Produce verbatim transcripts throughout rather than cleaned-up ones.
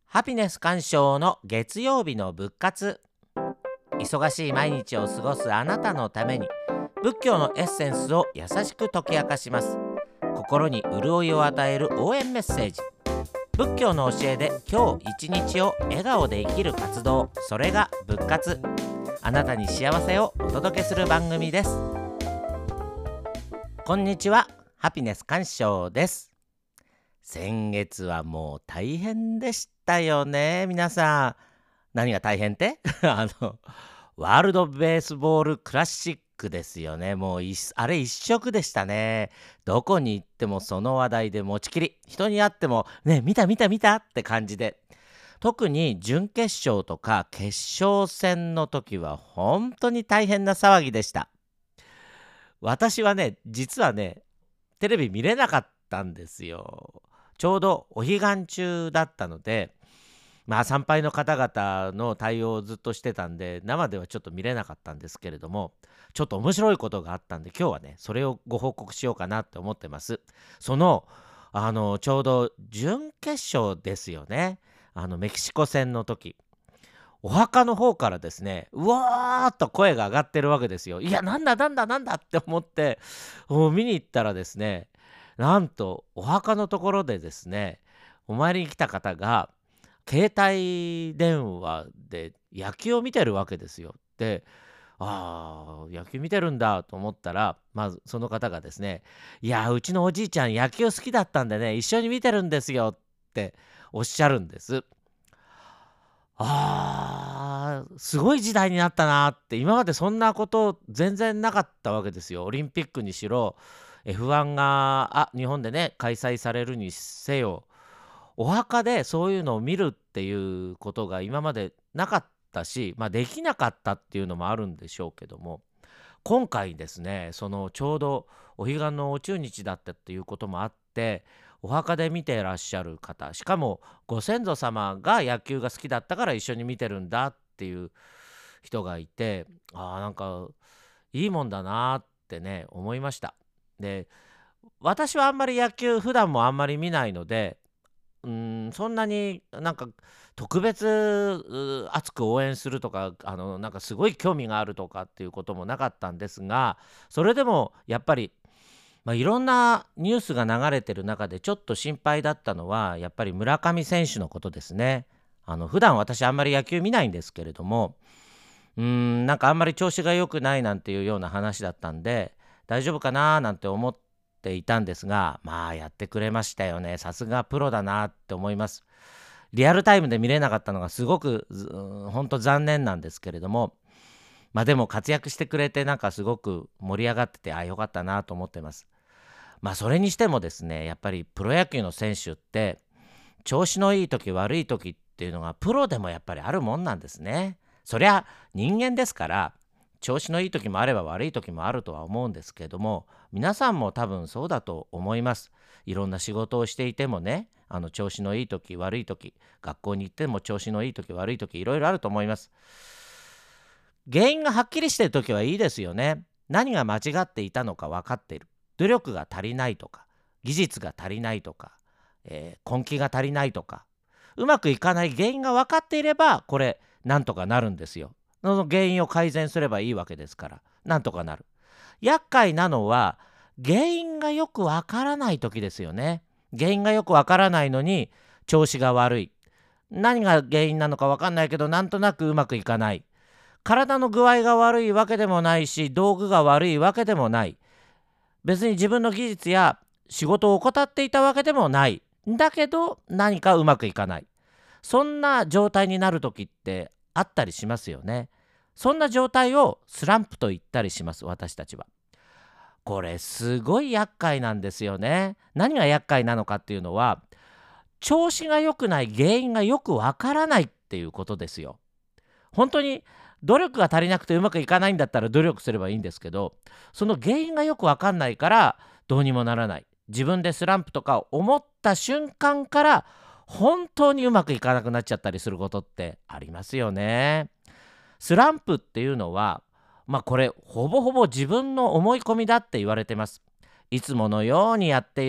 ハピネス鑑賞の月曜日の仏活。忙しい毎日を過ごすあなたのために仏教のエッセンスを優しく解き明かします。心に潤いを与える応援メッセージ。仏教の教えで今日一日を笑顔で生きる活動、それが仏活。あなたに幸せをお届けする番組です。こんにちは、ハピネス鑑賞です。先月はもう大変でしたよね。皆さん何が大変ってあのワールドベースボールクラシックですよね。もういあれ一色でしたね。どこに行ってもその話題で持ちきり、人に会ってもね、見た見た見たって感じで、特に準決勝とか決勝戦の時は本当に大変な騒ぎでした。私はね、実はね、テレビ見れなかったんですよ。ちょうどお彼岸中だったので、まあ参拝の方々の対応をずっとしてたんで、生ではちょっと見れなかったんですけれども、ちょっと面白いことがあったんで、今日はねそれをご報告しようかなって思ってます。そのあのちょうど準決勝ですよね。あのメキシコ戦の時、お墓の方からですね、うわーっと声が上がってるわけですよ。いや、なんだなんだなんだって思ってもう見に行ったらですね、なんとお墓のところでですね、お参りに来た方が携帯電話で野球を見てるわけですよ。で、ああ、野球見てるんだと思ったら、まずその方がですね、いや、うちのおじいちゃん野球好きだったんでね、一緒に見てるんですよっておっしゃるんです。あー、すごい時代になったなって、今までそんなこと全然なかったわけですよ。オリンピックにしろ エフワン があ日本でね開催されるにせよ、お墓でそういうのを見るっていうことが今までなかったし、まあ、できなかったっていうのもあるんでしょうけども、今回ですね、そのちょうどお彼岸のお中日だったっていうこともあって、お墓で見てらっしゃる方、しかもご先祖様が野球が好きだったから一緒に見てるんだっていう人がいて、あーなんかいいもんだなってね思いました。で、私はあんまり野球普段もあんまり見ないので、うーん、そんなになんか特別う熱く応援するとか、あのなんかすごい興味があるとかっていうこともなかったんですが、それでもやっぱり、まあ、いろんなニュースが流れてる中でちょっと心配だったのはやっぱり村上選手のことですね。あの普段私あんまり野球見ないんですけれども、うーんなんかあんまり調子が良くないなんていうような話だったんで、大丈夫かななんて思っていたんですが、まあやってくれましたよね。さすがプロだなって思います。リアルタイムで見れなかったのがすごく本当残念なんですけれども、まあでも活躍してくれて、なんかすごく盛り上がってて、あよかったなと思ってます。まあそれにしてもですね、やっぱりプロ野球の選手って調子のいい時悪い時っていうのがプロでもやっぱりあるもんなんですね。そりゃ人間ですから、調子のいい時もあれば悪い時もあるとは思うんですけれども、皆さんも多分そうだと思います。いろんな仕事をしていてもね、あの調子のいい時悪い時、学校に行っても調子のいい時悪い時、いろいろあると思います。原因がはっきりしている時はいいですよね。何が間違っていたのか分かっている。努力が足りないとか、技術が足りないとか、えー根気が足りないとか、うまくいかない原因が分かっていれば、これなんとかなるんですよ。その原因を改善すればいいわけですから、なんとかなる。厄介なのは原因がよくわからない時ですよね。原因がよくわからないのに調子が悪い。何が原因なのかわかんないけど、なんとなくうまくいかない。体の具合が悪いわけでもないし、道具が悪いわけでもない。別に自分の技術や仕事を怠っていたわけでもない。だけど何かうまくいかない。そんな状態になる時ってあったりしますよね。そんな状態をスランプと言ったりします、私たちは。これすごい厄介なんですよね。何が厄介なのかっていうのは、調子が良くない原因がよくわからないっていうことですよ。本当に努力が足りなくてうまくいかないんだったら努力すればいいんですけど、その原因がよくわかんないからどうにもならない。自分でスランプとか思った瞬間から本当にうまくいかなくなっちゃったりすることってありますよね。スランプっていうのは、まあこれほぼほぼ自分の思い込みだって言われてます。いつものようにやっている。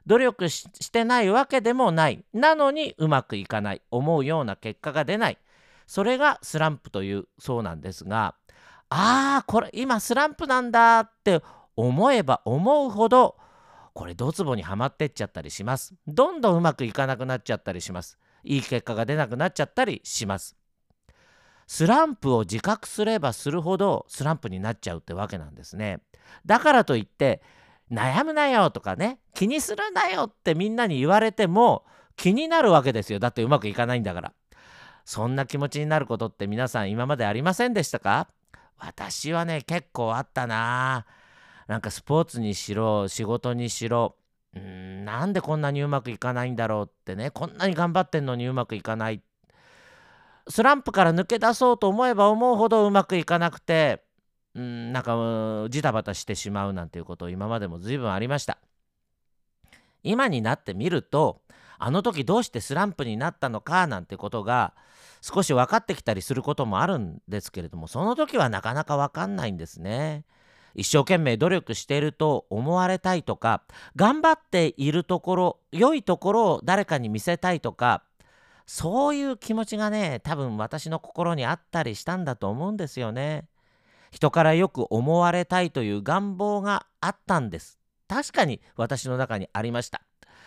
努力ししてないわけでもない。なのにうまくいかない。思うような結果が出ない。それがスランプというそうなんですが、ああ、これ今スランプなんだって思えば思うほど、これドツボにはまってっちゃったりします。どんどんうまくいかなくなっちゃったりします。いい結果が出なくなっちゃったりします。スランプを自覚すればするほどスランプになっちゃうってわけなんですね。だからといって悩むなよとかね、気にするなよってみんなに言われても気になるわけですよ。だってうまくいかないんだから。そんな気持ちになることって皆さん今までありませんでしたか？私はね、結構あったな。なんかスポーツにしろ仕事にしろ、うーんなんでこんなにうまくいかないんだろうってね、こんなに頑張ってんのにうまくいかない。スランプから抜け出そうと思えば思うほどうまくいかなくて、うん、なんかうんジタバタしてしまうなんていうこと今までも随分ありました。今になってみると、あの時どうしてスランプになったのかなんてことが少し分かってきたりすることもあるんですけれども、その時はなかなか分かんないんですね。一生懸命努力していると思われたいとか、頑張っているところ、良いところを誰かに見せたいとか、そういう気持ちがね、多分私の心にあったりしたんだと思うんですよね。人からよく思われたいという願望があったんです。確かに私の中にありました。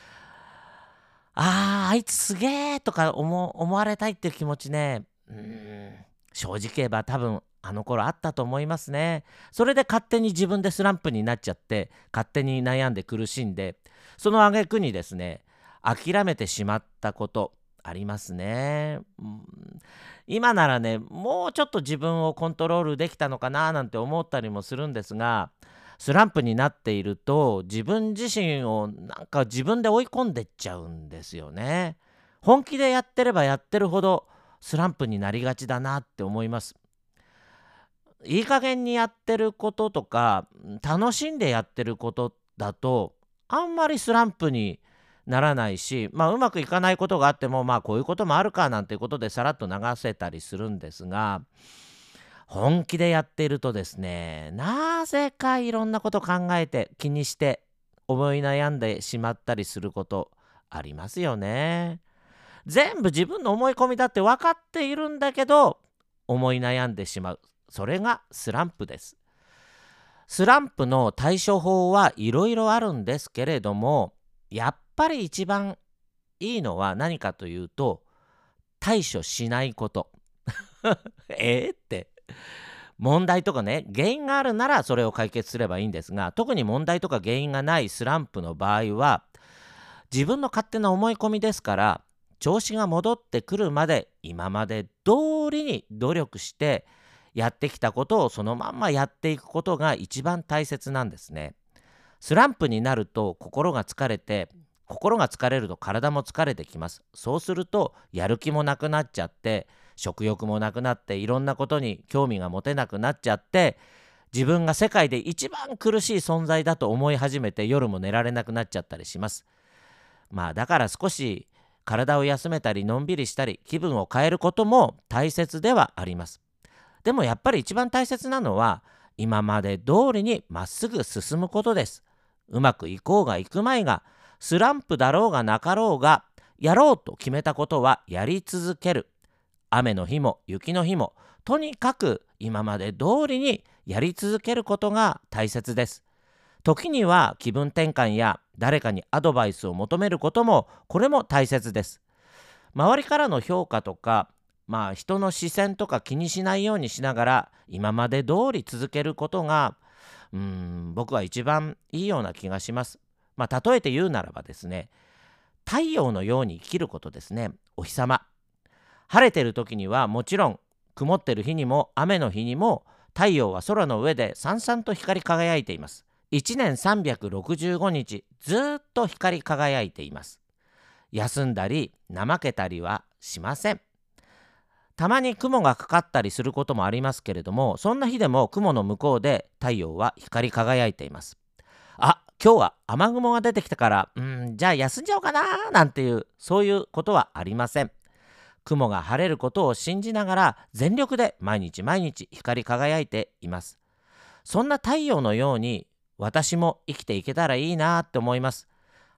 あー、あいつすげーとか思思われたいっていう気持ちね、うーん、正直言えば多分あの頃あったと思いますね。それで勝手に自分でスランプになっちゃって、勝手に悩んで苦しんで、その挙句にですね、諦めてしまったことありますね。うん、今ならね、もうちょっと自分をコントロールできたのかななんて思ったりもするんですが、スランプになっていると自分自身をなんか自分で追い込んでっちゃうんですよね。本気でやってればやってるほどスランプになりがちだなって思います。いい加減にやってることとか楽しんでやってることだとあんまりスランプにならないし、まあうまくいかないことがあってもまあこういうこともあるかなんていうことでさらっと流せたりするんですが、本気でやっているとですね、なぜかいろんなこと考えて気にして思い悩んでしまったりすることありますよね。全部自分の思い込みだって分かっているんだけど思い悩んでしまう。それがスランプです。スランプの対処法はいろいろあるんですけれども、やっぱり一番いいのは何かというと、対処しないこと。えーって問題とかね、原因があるならそれを解決すればいいんですが、特に問題とか原因がないスランプの場合は、自分の勝手な思い込みですから、調子が戻ってくるまで今まで通りに努力してやってきたことをそのまんまやっていくことが一番大切なんですね。スランプになると心が疲れて、心が疲れると体も疲れてきます。そうするとやる気もなくなっちゃって、食欲もなくなって、いろんなことに興味が持てなくなっちゃって、自分が世界で一番苦しい存在だと思い始めて夜も寝られなくなっちゃったりします。まあだから少し体を休めたりのんびりしたり気分を変えることも大切ではあります。でもやっぱり一番大切なのは今まで通りにまっすぐ進むことです。うまくいこうがいくまいが、スランプだろうがなかろうが、やろうと決めたことはやり続ける。雨の日も雪の日もとにかく今まで通りにやり続けることが大切です。時には気分転換や誰かにアドバイスを求めることもこれも大切です。周りからの評価とか、まあ人の視線とか気にしないようにしながら今まで通り続けることがうーん僕は一番いいような気がします。まあ例えて言うならばですね、太陽のように生きることですね。お日様。晴れてる時にはもちろん、曇ってる日にも雨の日にも太陽は空の上でさんさんと光り輝いています。いちねんさんびゃくろくじゅうごにちずっと光り輝いています。休んだり怠けたりはしません。たまに雲がかかったりすることもありますけれども、そんな日でも雲の向こうで太陽は光り輝いています。あ、今日は雨雲が出てきたから、うん、じゃあ休んじゃおうかななんていうそういうことはありません。雲が晴れることを信じながら全力で毎日毎日光り輝いています。そんな太陽のように私も生きていけたらいいなって思います。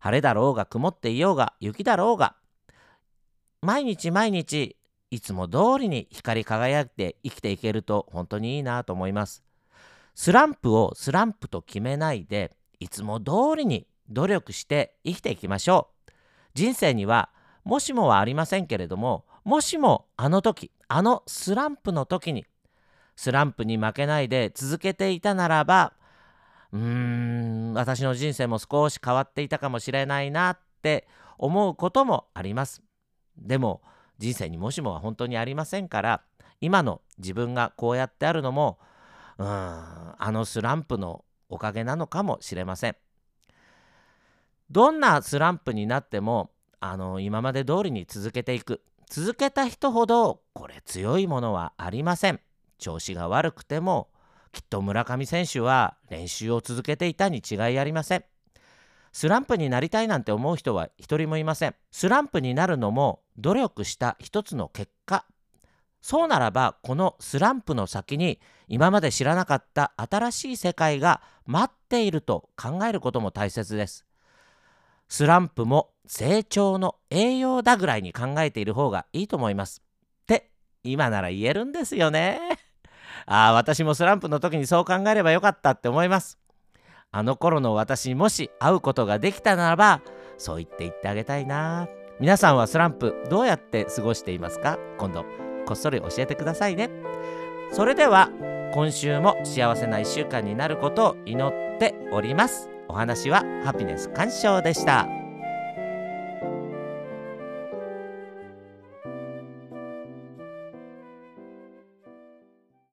晴れだろうが曇っていようが雪だろうが、毎日毎日いつも通りに光り輝いて生きていけると本当にいいなと思います。スランプをスランプと決めないで、いつも通りに努力して生きていきましょう。人生にはもしもはありませんけれども、もしもあの時、あのスランプの時にスランプに負けないで続けていたならば、うーん私の人生も少し変わっていたかもしれないなって思うこともあります。でも人生にもしもは本当にありませんから、今の自分がこうやってあるのもうーんあのスランプのおかげなのかもしれません。どんなスランプになってもあの今まで通りに続けていく。続けた人ほどこれ強いものはありません。調子が悪くてもきっと村上選手は練習を続けていたに違いありません。スランプになりたいなんて思う人は一人もいません。スランプになるのも努力した一つの結果。そうならばこのスランプの先に今まで知らなかった新しい世界が待っていると考えることも大切です。スランプも成長の栄養だぐらいに考えている方がいいと思います。って今なら言えるんですよね。ああ、私もスランプの時にそう考えればよかったって思います。あの頃の私にもし会うことができたならば、そう言って言ってあげたいな。皆さんはスランプどうやって過ごしていますか？今度こっそり教えてくださいね。それでは今週も幸せないっしゅうかんになることを祈っております。お話はハピネス鑑賞でした。